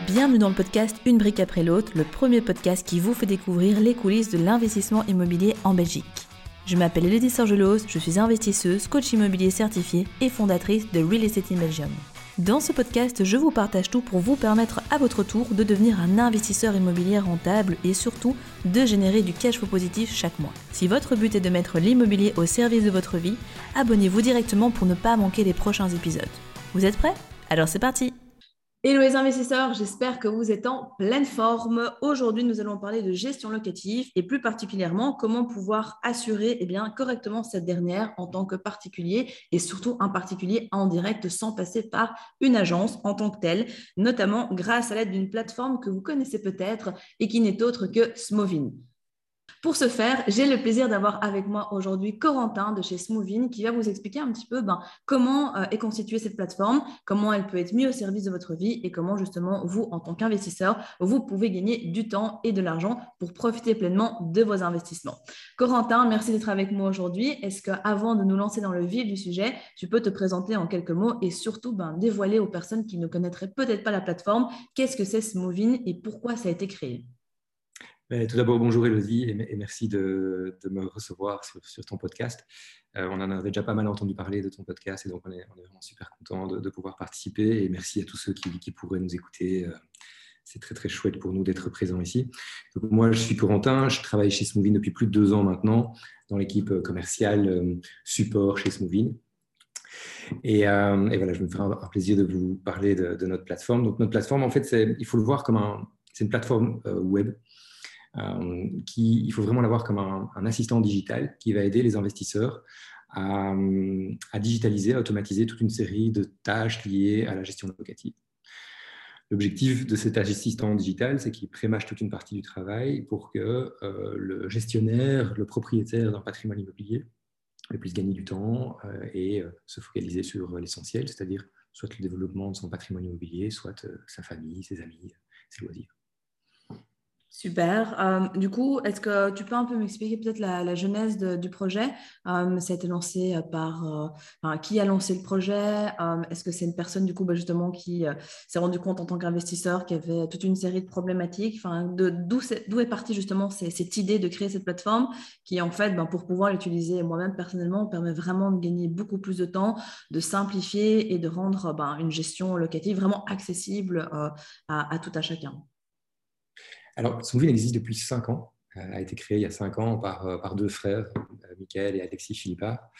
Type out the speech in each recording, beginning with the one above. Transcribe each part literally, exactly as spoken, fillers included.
Bienvenue dans le podcast Une brique après l'autre, le premier podcast qui vous fait découvrir les coulisses de l'investissement immobilier en Belgique. Je m'appelle Elodie Sorgelos, je suis investisseuse, coach immobilier certifiée et fondatrice de Real Estate in Belgium. Dans ce podcast, je vous partage tout pour vous permettre à votre tour de devenir un investisseur immobilier rentable et surtout de générer du cash flow positif chaque mois. Si votre but est de mettre l'immobilier au service de votre vie, abonnez-vous directement pour ne pas manquer les prochains épisodes. Vous êtes prêts ? Alors c'est parti ! Hello les investisseurs, j'espère que vous êtes en pleine forme. Aujourd'hui, nous allons parler de gestion locative et plus particulièrement comment pouvoir assurer eh bien, correctement cette dernière en tant que particulier et surtout un particulier en direct sans passer par une agence en tant que telle, notamment grâce à l'aide d'une plateforme que vous connaissez peut-être et qui n'est autre que Smovin. Pour ce faire, j'ai le plaisir d'avoir avec moi aujourd'hui Corentin de chez Smovin qui va vous expliquer un petit peu ben, comment euh, est constituée cette plateforme, comment elle peut être mise au service de votre vie et comment justement vous, en tant qu'investisseur, vous pouvez gagner du temps et de l'argent pour profiter pleinement de vos investissements. Corentin, merci d'être avec moi aujourd'hui. Est-ce qu'avant de nous lancer dans le vif du sujet, tu peux te présenter en quelques mots et surtout ben, dévoiler aux personnes qui ne connaîtraient peut-être pas la plateforme, qu'est-ce que c'est Smovin et pourquoi ça a été créé ? Tout d'abord, bonjour Elodie et merci de, de me recevoir sur, sur ton podcast. Euh, on en avait déjà pas mal entendu parler de ton podcast et donc on est, on est vraiment super content de, de pouvoir participer et merci à tous ceux qui, qui pourraient nous écouter. Euh, c'est très très chouette pour nous d'être présents ici. Donc, moi, je suis Corentin, je travaille chez Smovin depuis plus de deux ans maintenant dans l'équipe commerciale euh, support chez Smovin. Et, euh, et voilà, je me fais un, un plaisir de vous parler de, de notre plateforme. Donc notre plateforme, en fait, c'est, il faut le voir comme un, c'est une plateforme euh, web. Euh, qui, il faut vraiment l'avoir comme un, un assistant digital qui va aider les investisseurs à, à digitaliser, à automatiser toute une série de tâches liées à la gestion locative. L'objectif de cet assistant digital, c'est qu'il prémâche toute une partie du travail pour que euh, le gestionnaire, le propriétaire d'un patrimoine immobilier puisse gagner du temps euh, et euh, se focaliser sur l'essentiel, c'est-à-dire soit le développement de son patrimoine immobilier, soit euh, sa famille, ses amis, ses loisirs. Super. Euh, du coup, est-ce que tu peux un peu m'expliquer peut-être la, la genèse de, du projet ? euh, Ça a été lancé par… Euh, enfin, qui a lancé le projet ? euh, Est-ce que c'est une personne, du coup, bah, justement, qui euh, s'est rendu compte en tant qu'investisseur qu'il y avait toute une série de problématiques ? Enfin, de, d'où, c'est, d'où est partie, justement, c'est, cette idée de créer cette plateforme qui, en fait, ben, pour pouvoir l'utiliser moi-même personnellement, permet vraiment de gagner beaucoup plus de temps, de simplifier et de rendre ben, une gestion locative vraiment accessible euh, à, à tout à chacun. Alors, Smovin existe depuis cinq ans. Elle a été créée il y a cinq ans par, par deux frères, Michael et Alexis Philippard,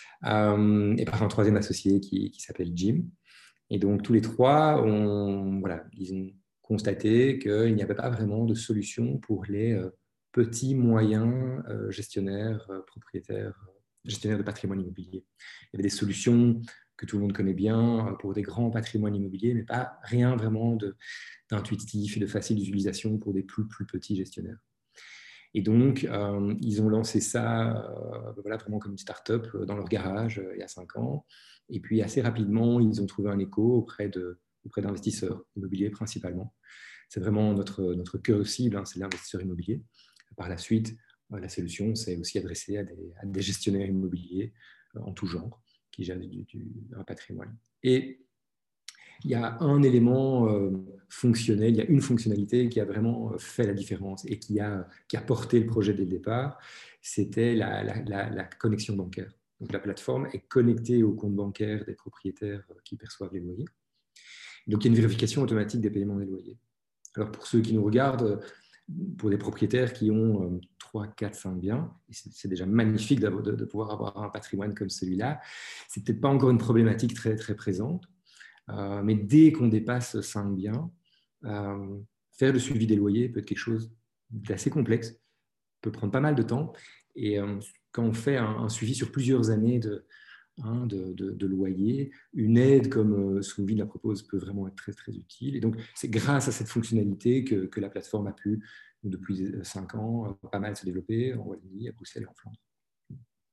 euh, et par un troisième associé qui, qui s'appelle Jim. Et donc, tous les trois ont, voilà, ils ont constaté qu'il n'y avait pas vraiment de solution pour les euh, petits, moyens euh, gestionnaires, euh, propriétaires, euh, gestionnaires de patrimoine immobilier. Il y avait des solutions que tout le monde connaît bien pour des grands patrimoines immobiliers, mais pas rien vraiment de, d'intuitif et de facile d'utilisation pour des plus, plus petits gestionnaires. Et donc, euh, ils ont lancé ça euh, voilà, vraiment comme une start-up dans leur garage euh, il y a cinq ans. Et puis, assez rapidement, ils ont trouvé un écho auprès, de, auprès d'investisseurs immobiliers principalement. C'est vraiment notre, notre cœur de cible, hein, c'est l'investisseur immobilier. Par la suite, euh, la solution, c'est aussi adressée à des, à des gestionnaires immobiliers euh, en tout genre qui gèrent du, du, un patrimoine. Et il y a un élément euh, fonctionnel, il y a une fonctionnalité qui a vraiment fait la différence et qui a, qui a porté le projet dès le départ, c'était la, la, la, la connexion bancaire. Donc, la plateforme est connectée au compte bancaire des propriétaires qui perçoivent les loyers. Donc, il y a une vérification automatique des paiements des loyers. Alors, pour ceux qui nous regardent, pour des propriétaires qui ont trois, quatre, cinq biens, c'est déjà magnifique de, de pouvoir avoir un patrimoine comme celui-là. Ce n'est peut-être pas encore une problématique très, très présente. Euh, mais dès qu'on dépasse cinq biens, euh, faire le suivi des loyers peut être quelque chose d'assez complexe, peut prendre pas mal de temps. Et euh, quand on fait un, un suivi sur plusieurs années de, hein, de, de, de loyer, une aide comme euh, Smovin la propose peut vraiment être très, très utile. Et donc, c'est grâce à cette fonctionnalité que, que la plateforme a pu, depuis cinq ans, pas mal se développer en Wallonie, à Bruxelles et en Flandre.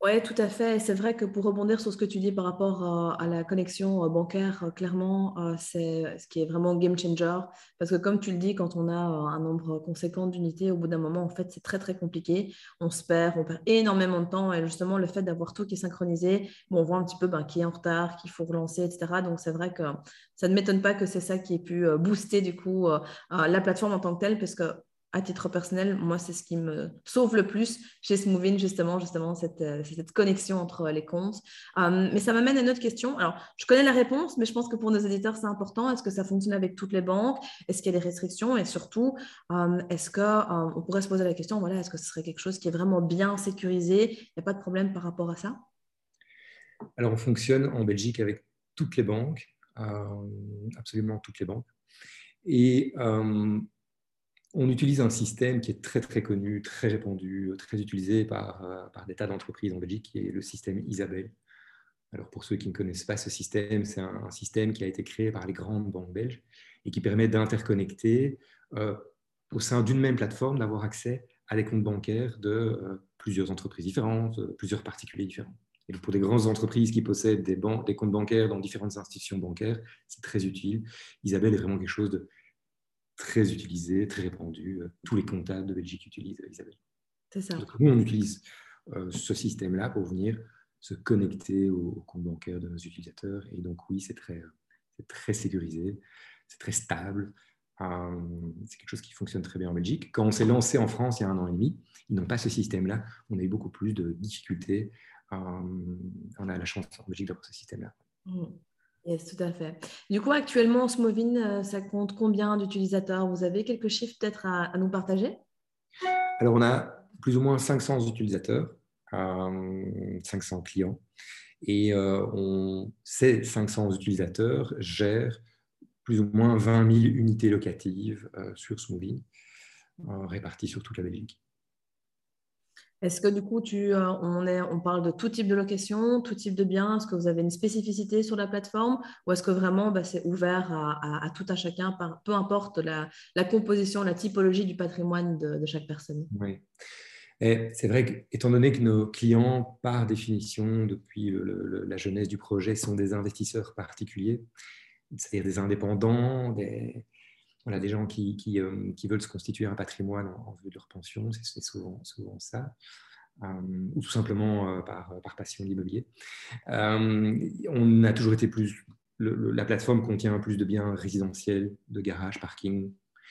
Oui, tout à fait. Et c'est vrai que pour rebondir sur ce que tu dis par rapport euh, à la connexion euh, bancaire, euh, clairement, euh, c'est ce qui est vraiment game changer. Parce que comme tu le dis, quand on a euh, un nombre conséquent d'unités, au bout d'un moment, en fait, c'est très, très compliqué. On se perd, on perd énormément de temps. Et justement, le fait d'avoir tout qui est synchronisé, bon, on voit un petit peu ben, qui est en retard, qu'il faut relancer, et cetera. Donc, c'est vrai que ça ne m'étonne pas que c'est ça qui ait pu euh, booster, du coup, euh, euh, la plateforme en tant que telle, parce que à titre personnel, moi, c'est ce qui me sauve le plus chez Smoovin, justement, justement cette, euh, cette connexion entre les comptes. Euh, mais ça m'amène à une autre question. Alors, je connais la réponse, mais je pense que pour nos éditeurs, c'est important. Est-ce que ça fonctionne avec toutes les banques? Est-ce qu'il y a des restrictions? Et surtout, euh, est-ce qu'on euh, pourrait se poser la question, voilà, est-ce que ce serait quelque chose qui est vraiment bien sécurisé? Il n'y a pas de problème par rapport à ça? Alors, on fonctionne en Belgique avec toutes les banques, euh, absolument toutes les banques. Et euh, on utilise un système qui est très, très connu, très répandu, très utilisé par, euh, par des tas d'entreprises en Belgique, qui est le système Isabelle. Alors, pour ceux qui ne connaissent pas ce système, c'est un, un système qui a été créé par les grandes banques belges et qui permet d'interconnecter euh, au sein d'une même plateforme, d'avoir accès à des comptes bancaires de euh, plusieurs entreprises différentes, euh, plusieurs particuliers différents. Et donc, pour des grandes entreprises qui possèdent des, banques, des comptes bancaires dans différentes institutions bancaires, c'est très utile. Isabelle est vraiment quelque chose de très utilisé, très répandu. Tous les comptables de Belgique utilisent Isabelle. C'est ça. Donc, nous, on utilise euh, ce système-là pour venir se connecter au, au compte bancaire de nos utilisateurs. Et donc, oui, c'est très, c'est très sécurisé, c'est très stable. Euh, c'est quelque chose qui fonctionne très bien en Belgique. Quand on s'est lancé en France il y a un an et demi, ils n'ont pas ce système-là. On a eu beaucoup plus de difficultés. Euh, on a la chance en Belgique d'avoir ce système-là. Mm. Yes, tout à fait. Du coup, actuellement, Smovin, euh, ça compte combien d'utilisateurs? Vous avez quelques chiffres peut-être à, à nous partager? Alors, on a plus ou moins cinq cents utilisateurs, euh, cinq cents clients. Et euh, on, ces cinq cents utilisateurs gèrent plus ou moins vingt mille unités locatives euh, sur Smoovin, euh, réparties sur toute la Belgique. Est-ce que du coup, tu, euh, on est, on parle de tout type de location, tout type de bien? Est-ce que vous avez une spécificité sur la plateforme ou est-ce que vraiment bah, c'est ouvert à, à- à tout un chacun, par, peu importe la, la composition, la typologie du patrimoine de, de chaque personne? Oui. Et c'est vrai qu'étant donné que nos clients, par définition, depuis le- le- la jeunesse du projet, sont des investisseurs particuliers, c'est-à-dire des indépendants, des, voilà, des gens qui, qui, euh, qui veulent se constituer un patrimoine en, en vue de leur pension, c'est c'est souvent, souvent ça, euh, ou tout simplement euh, par, par passion de l'immobilier. Euh, on a toujours été plus. Le, le, la plateforme contient plus de biens résidentiels, de garages, parking.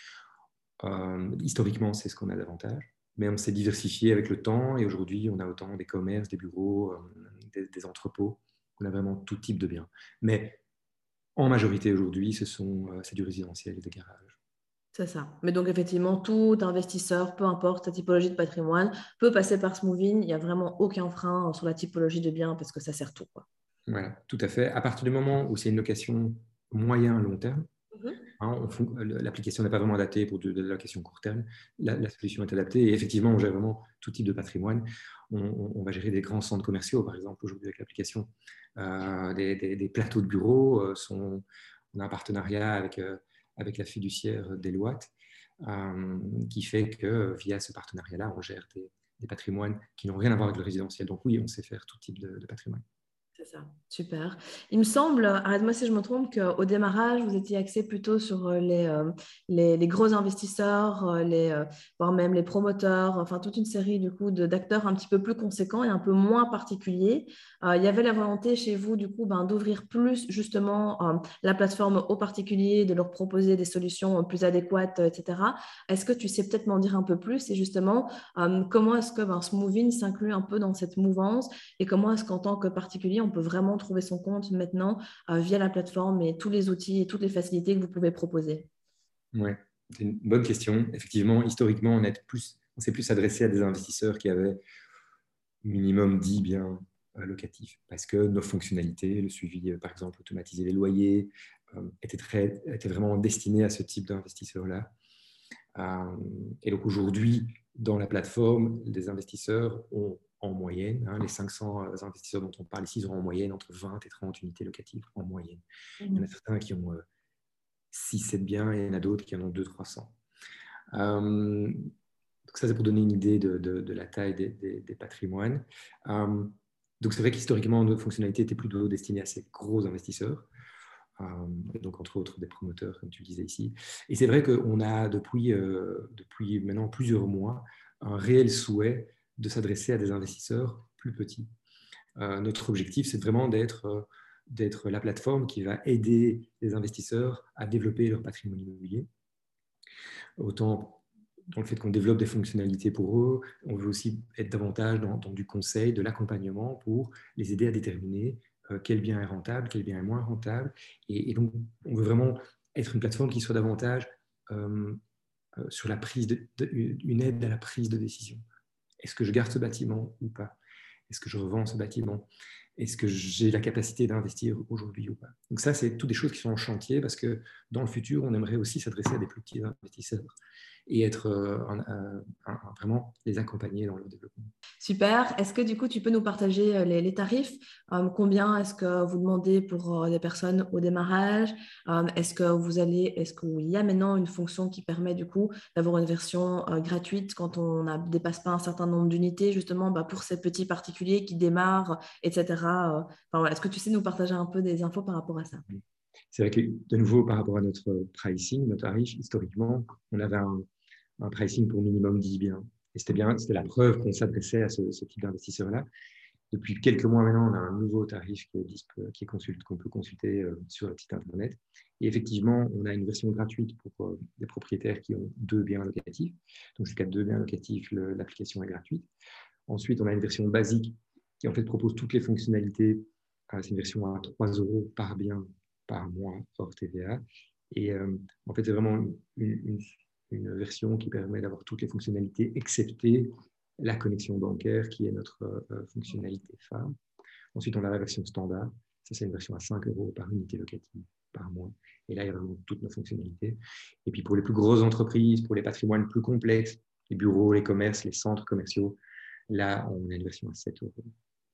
Euh, historiquement, c'est ce qu'on a davantage. Mais on s'est diversifié avec le temps et aujourd'hui, on a autant des commerces, des bureaux, euh, des, des entrepôts. On a vraiment tout type de biens. Mais en majorité aujourd'hui, ce sont, euh, c'est du résidentiel et des garages. C'est ça. Mais donc, effectivement, tout investisseur, peu importe sa typologie de patrimoine, peut passer par Smoovin. Il n'y a vraiment aucun frein sur la typologie de bien parce que ça sert tout, quoi. Voilà, tout à fait. À partir du moment où c'est une location moyen long terme, Mhm. hein, l'application n'est pas vraiment adaptée pour de, de la location court terme. La, la, solution est adaptée et effectivement, on gère vraiment tout type de patrimoine. On, on, on va gérer des grands centres commerciaux, par exemple, aujourd'hui avec l'application. Euh, des, des, des plateaux de bureaux. Euh, sont, on a un partenariat avec, euh, avec la fiduciaire Deloitte euh, qui fait que via ce partenariat-là, on gère des, des patrimoines qui n'ont rien à voir avec le résidentiel. Donc oui, on sait faire tout type de, de patrimoine. C'est ça, super. Il me semble, arrête-moi si je me trompe, qu'au démarrage, vous étiez axé plutôt sur euh, les, euh, les, les gros investisseurs, euh, les, euh, voire même les promoteurs, enfin toute une série du coup de- d'acteurs un petit peu plus conséquents et un peu moins particuliers. Euh, il y avait la volonté chez vous du coup ben, d'ouvrir plus justement euh, la plateforme aux particuliers, de leur proposer des solutions euh, plus adéquates, euh, et cetera. Est-ce que tu sais peut-être m'en dire un peu plus et justement euh, comment est-ce que ben, Smoovin s'inclut un peu dans cette mouvance? Et comment est-ce qu'en tant que particulier, on peut vraiment trouver son compte maintenant euh, via la plateforme et tous les outils et toutes les facilités que vous pouvez proposer? Ouais, c'est une bonne question. Effectivement, historiquement, on, est plus, on s'est plus adressé à des investisseurs qui avaient minimum dix biens euh, locatifs parce que nos fonctionnalités, le suivi, euh, par exemple, automatiser les loyers, euh, étaient, très, étaient vraiment destinées à ce type d'investisseurs-là. Euh, et donc aujourd'hui, dans la plateforme, les investisseurs ont en moyenne, hein, les cinq cents investisseurs dont on parle ici, ils auront en moyenne entre vingt et trente unités locatives en moyenne. Il y en a certains qui ont euh, six sept biens et il y en a d'autres qui en ont deux cents trois cents. Euh, donc ça, c'est pour donner une idée de, de, de la taille des, des, des patrimoines. Euh, Donc, c'est vrai qu'historiquement, nos fonctionnalités étaient plutôt destinées à ces gros investisseurs, euh, et donc entre autres des promoteurs, comme tu le disais ici. Et c'est vrai qu'on a depuis, euh, depuis maintenant plusieurs mois un réel souhait de s'adresser à des investisseurs plus petits. Euh, notre objectif, c'est vraiment d'être euh, d'être la plateforme qui va aider les investisseurs à développer leur patrimoine immobilier. Autant dans le fait qu'on développe des fonctionnalités pour eux, on veut aussi être davantage dans, dans du conseil, de l'accompagnement pour les aider à déterminer euh, quel bien est rentable, quel bien est moins rentable. Et, et donc, on veut vraiment être une plateforme qui soit davantage euh, euh, sur la prise de, de, une aide à la prise de décision. Est-ce que je garde ce bâtiment ou pas? Est-ce que je revends ce bâtiment? Est-ce que j'ai la capacité d'investir aujourd'hui ou pas? Donc ça, c'est toutes des choses qui sont en chantier parce que dans le futur, on aimerait aussi s'adresser à des plus petits investisseurs et être euh, un, un, un, vraiment les accompagner dans leur développement. Super. Est-ce que du coup, tu peux nous partager les, les tarifs? euh, Combien est-ce que vous demandez pour euh, des personnes au démarrage? euh, Est-ce que vous allez, est-ce qu'il y a maintenant une fonction qui permet du coup d'avoir une version euh, gratuite quand on ne dépasse pas un certain nombre d'unités, justement bah, pour ces petits particuliers qui démarrent, et cetera. Enfin, voilà. Est-ce que tu sais nous partager un peu des infos par rapport à ça? C'est vrai que de nouveau, par rapport à notre pricing, notre tarif, historiquement, on avait un, un pricing pour minimum dix biens. Et c'était bien, c'était la preuve qu'on s'adressait à ce, ce type d'investisseurs-là. Depuis quelques mois maintenant, on a un nouveau tarif qui est, qui est consulte, qu'on peut consulter euh, sur le site internet. Et effectivement, on a une version gratuite pour euh, des propriétaires qui ont deux biens locatifs. Donc, jusqu'à deux biens locatifs, le, l'application est gratuite. Ensuite, on a une version basique qui en fait propose toutes les fonctionnalités. Euh, c'est une version à trois euros par bien par mois hors T V A. Et euh, en fait, c'est vraiment une, une, une version qui permet d'avoir toutes les fonctionnalités, excepté la connexion bancaire, qui est notre euh, fonctionnalité phare. Ensuite, on a la version standard. Ça, c'est une version à cinq euros par unité locative par mois. Et là, il y a vraiment toutes nos fonctionnalités. Et puis, pour les plus grosses entreprises, pour les patrimoines plus complexes, les bureaux, les commerces, les centres commerciaux, là, on a une version à sept euros.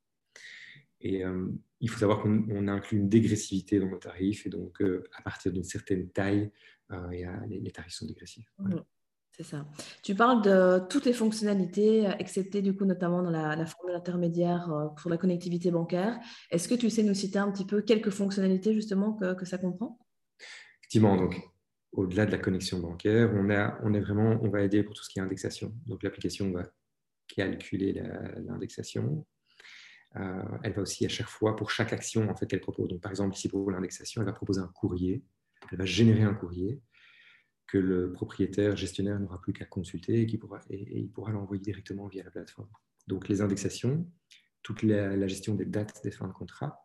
Et euh, il faut savoir qu'on on inclut une dégressivité dans nos tarifs. Et donc, euh, à partir d'une certaine taille, euh, y a, les, les tarifs sont dégressifs. Voilà. Mmh. C'est ça. Tu parles de toutes les fonctionnalités, excepté du coup notamment dans la, la formule intermédiaire euh, pour la connectivité bancaire. Est-ce que tu sais nous citer un petit peu quelques fonctionnalités justement que, que ça comprend? Effectivement, donc au-delà de la connexion bancaire, on, a, on est vraiment, on va aider pour tout ce qui est indexation. Donc l'application va calculer la, l'indexation. Euh, elle va aussi à chaque fois, pour chaque action en fait, qu'elle propose. Donc par exemple, ici pour l'indexation, elle va proposer un courrier. Elle va générer un courrier que le propriétaire gestionnaire n'aura plus qu'à consulter et, qui pourra, et, et il pourra l'envoyer directement via la plateforme. Donc les indexations, toute la, la gestion des dates des fins de contrat.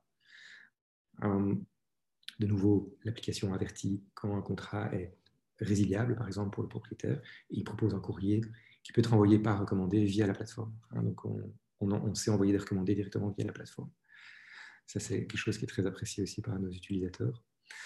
Euh, de nouveau, l'application avertit quand un contrat est résiliable, par exemple pour le propriétaire, et il propose un courrier qui peut être envoyé par recommandé via la plateforme. Hein, donc on, on, on sait envoyer des recommandés directement via la plateforme. Ça, c'est quelque chose qui est très apprécié aussi par nos utilisateurs.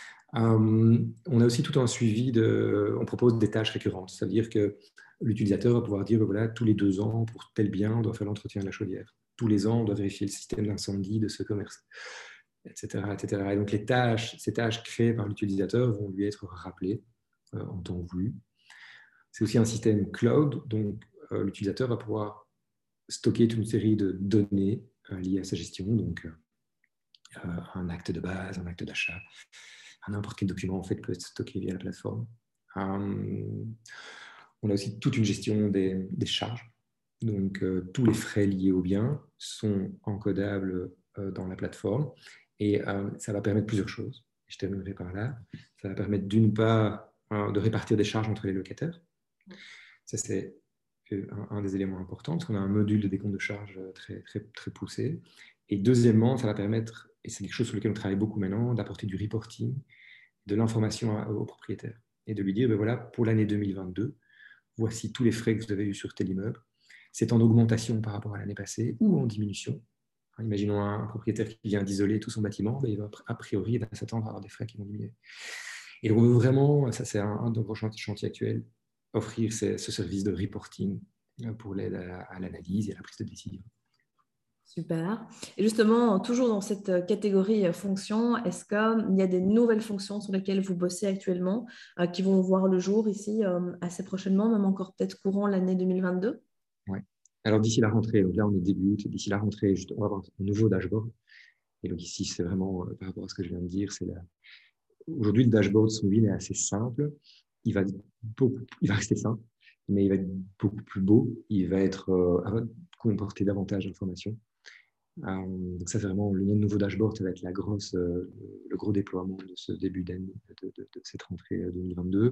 Euh, on a aussi tout un suivi de, on propose des tâches récurrentes, c'est-à-dire que l'utilisateur va pouvoir dire, voilà, tous les deux ans, pour tel bien, on doit faire l'entretien de la chaudière. Tous les ans, on doit vérifier le système d'incendie de ce commerce, et cetera, et cetera. Et donc les tâches, ces tâches créées par l'utilisateur vont lui être rappelées euh, en temps voulu. C'est aussi un système cloud, donc euh, l'utilisateur va pouvoir stocker toute une série de données euh, liées à sa gestion, donc euh, un acte de base, un acte d'achat, n'importe quel document en fait peut être stocké via la plateforme. Euh, on a aussi toute une gestion des, des charges. Donc euh, tous les frais liés au bien sont encodables euh, dans la plateforme et euh, ça va permettre plusieurs choses. Je terminerai par là. Ça va permettre d'une part euh, de répartir des charges entre les locataires. Ça c'est un, un des éléments importants parce qu'on a un module de décompte de charges très, très, très poussé. Et deuxièmement, ça va permettre, et c'est quelque chose sur lequel on travaille beaucoup maintenant, d'apporter du reporting, de l'information au propriétaire et de lui dire, ben voilà, pour l'année deux mille vingt-deux, voici tous les frais que vous avez eus sur tel immeuble. C'est en augmentation par rapport à l'année passée ou en diminution. Imaginons un propriétaire qui vient d'isoler tout son bâtiment, ben il va a priori il va s'attendre à avoir des frais qui vont diminuer. Et donc on veut vraiment, ça c'est un de nos chantiers actuels, offrir ce service de reporting pour l'aide à l'analyse et à la prise de décision. Super. Et justement, toujours dans cette catégorie fonction, est-ce qu'il y a des nouvelles fonctions sur lesquelles vous bossez actuellement euh, qui vont voir le jour ici euh, assez prochainement, même encore peut-être courant l'année deux mille vingt-deux? Oui. Alors, d'ici la rentrée, donc là, on est début août, d'ici la rentrée, juste, on va avoir un nouveau dashboard. Et donc, ici, c'est vraiment, euh, par rapport à ce que je viens de dire, c'est la... aujourd'hui, le dashboard Smoothine est assez simple. Il va, beaucoup... il va rester simple, mais il va être beaucoup plus beau. Il va être, euh, comporter davantage d'informations. Euh, donc, ça, c'est vraiment le nouveau dashboard. Ça va être la grosse, euh, le gros déploiement de ce début d'année, de, de, de cette rentrée deux mille vingt-deux.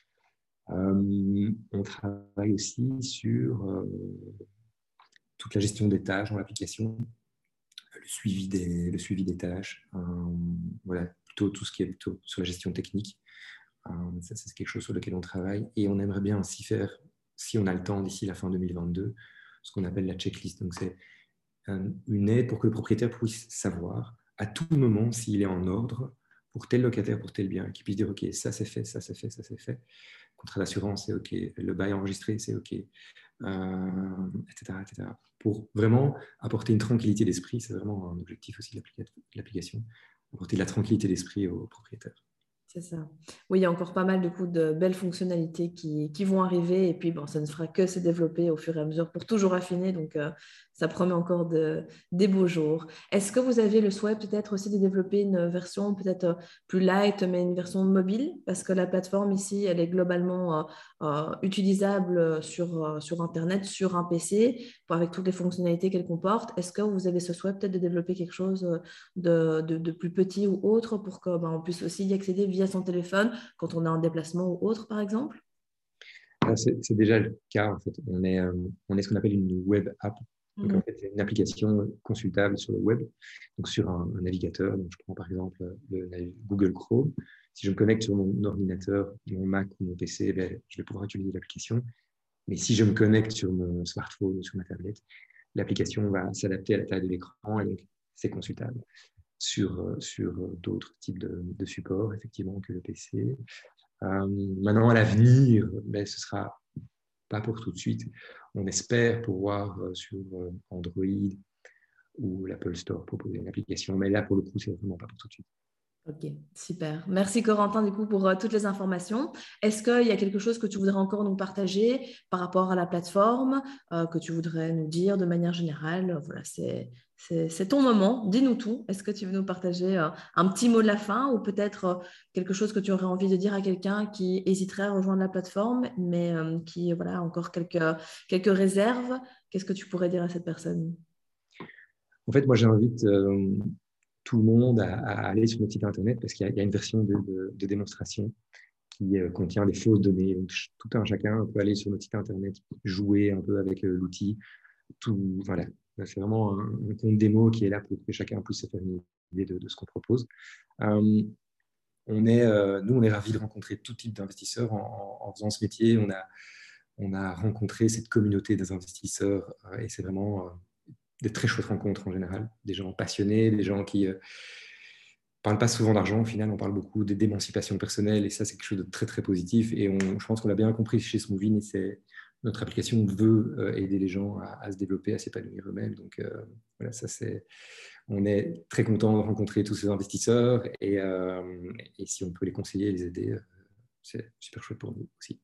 Euh, on travaille aussi sur euh, toute la gestion des tâches dans l'application, le suivi des, le suivi des tâches, euh, voilà, plutôt tout ce qui est plutôt sur la gestion technique. Euh, ça, c'est quelque chose sur lequel on travaille et on aimerait bien aussi faire, si on a le temps d'ici la fin deux mille vingt-deux, ce qu'on appelle la checklist. Donc, c'est euh, une aide pour que le propriétaire puisse savoir à tout moment s'il est en ordre pour tel locataire, pour tel bien, qu'il puisse dire « Ok, ça c'est fait, ça c'est fait, ça c'est fait. » Contrat d'assurance, c'est OK. Le bail enregistré, c'est OK. Euh, et cetera, et cetera. Pour vraiment apporter une tranquillité d'esprit, c'est vraiment un objectif aussi de l'application, apporter de la tranquillité d'esprit aux propriétaires. C'est ça. Oui, il y a encore pas mal de, coups de belles fonctionnalités qui, qui vont arriver et puis bon, ça ne fera que se développer au fur et à mesure pour toujours affiner. Donc, euh, ça promet encore de, des beaux jours. Est-ce que vous avez le souhait peut-être aussi de développer une version peut-être plus light, mais une version mobile? Parce que la plateforme ici, elle est globalement euh, euh, utilisable sur, euh, sur Internet, sur un P C, avec toutes les fonctionnalités qu'elle comporte. Est-ce que vous avez ce souhait peut-être de développer quelque chose de, de, de plus petit ou autre pour qu'on ben, puisse aussi y accéder via son téléphone quand on est en déplacement ou autre, par exemple? C'est, c'est déjà le cas. En fait. On est, euh, on est ce qu'on appelle une web app. Donc, en fait, c'est une application consultable sur le web, donc sur un, un navigateur. Donc, je prends par exemple le, le Google Chrome. Si je me connecte sur mon ordinateur, mon Mac ou mon P C, ben, je vais pouvoir utiliser l'application. Mais si je me connecte sur mon smartphone ou sur ma tablette, l'application va s'adapter à la taille de l'écran et donc c'est consultable sur, sur d'autres types de, de supports, effectivement, que le P C. Euh, maintenant, à l'avenir, ben, ce sera pas pour tout de suite. On espère pouvoir euh, sur euh, Android ou l'Apple Store proposer une application, mais là, pour le coup, c'est vraiment pas pour tout de suite. Ok, super. Merci Corentin du coup pour uh, toutes les informations. Est-ce qu'il y a quelque chose que tu voudrais encore nous partager par rapport à la plateforme, euh, que tu voudrais nous dire de manière générale? Voilà, c'est, c'est, c'est ton moment. Dis-nous tout. Est-ce que tu veux nous partager uh, un petit mot de la fin ou peut-être uh, quelque chose que tu aurais envie de dire à quelqu'un qui hésiterait à rejoindre la plateforme, mais um, qui voilà, a encore quelques, quelques réserves? Qu'est-ce que tu pourrais dire à cette personne? En fait, moi, j'invite euh, tout le monde à, à aller sur notre site internet parce qu'il y a, il y a une version de, de, de démonstration qui euh, contient des fausses données. Donc, tout un chacun peut aller sur notre site internet, jouer un peu avec euh, l'outil. Tout, voilà. C'est vraiment un, un compte démo qui est là pour que chacun puisse se faire une idée de, de ce qu'on propose. Euh, on est, euh, nous, on est ravis de rencontrer tout type d'investisseurs en, en, en faisant ce métier. On a, on a rencontré cette communauté des investisseurs euh, et c'est vraiment euh, des très chouettes rencontres en général. Des gens passionnés, des gens qui ne euh, parlent pas souvent d'argent. Au final, on parle beaucoup d'émancipation personnelle et ça, c'est quelque chose de très, très positif. Et on, je pense qu'on l'a bien compris chez Smoothine et c'est notre application veut euh, aider les gens à, à se développer, à s'épanouir eux-mêmes. Donc euh, voilà, ça c'est. On est très content de rencontrer tous ces investisseurs et, euh, et si on peut les conseiller et les aider, euh, c'est super chouette pour nous aussi.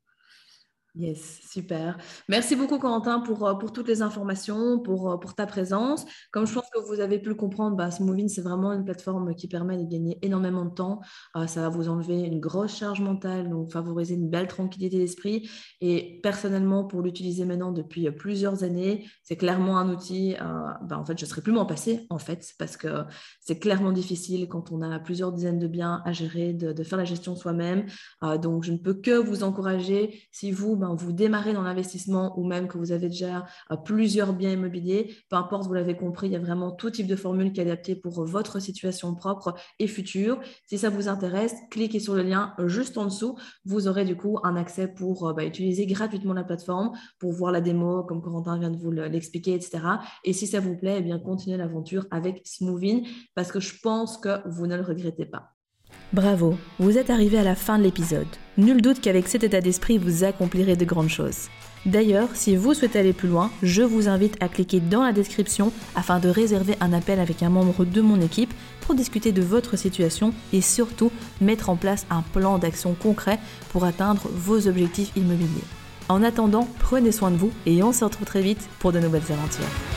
Yes, super. Merci beaucoup Corentin pour, pour toutes les informations, pour, pour ta présence. Comme je pense que vous avez pu le comprendre, bah, Smoothine, c'est vraiment une plateforme qui permet de gagner énormément de temps. Euh, ça va vous enlever une grosse charge mentale, donc favoriser une belle tranquillité d'esprit. Et personnellement, pour l'utiliser maintenant depuis plusieurs années, c'est clairement un outil, euh, bah, en fait, je ne serais plus m'en passer, en fait, parce que c'est clairement difficile quand on a plusieurs dizaines de biens à gérer, de, de faire la gestion soi-même. Euh, donc, je ne peux que vous encourager, si vous, ben, vous démarrez dans l'investissement ou même que vous avez déjà euh, plusieurs biens immobiliers, peu importe, vous l'avez compris, il y a vraiment tout type de formule qui est adaptée pour votre situation propre et future. Si ça vous intéresse, cliquez sur le lien juste en dessous. Vous aurez du coup un accès pour euh, bah, utiliser gratuitement la plateforme, pour voir la démo, comme Corentin vient de vous l'expliquer, et cetera. Et si ça vous plaît, eh bien, continuez l'aventure avec Smoothine parce que je pense que vous ne le regrettez pas. Bravo, vous êtes arrivé à la fin de l'épisode. Nul doute qu'avec cet état d'esprit, vous accomplirez de grandes choses. D'ailleurs, si vous souhaitez aller plus loin, je vous invite à cliquer dans la description afin de réserver un appel avec un membre de mon équipe pour discuter de votre situation et surtout mettre en place un plan d'action concret pour atteindre vos objectifs immobiliers. En attendant, prenez soin de vous et on se retrouve très vite pour de nouvelles aventures.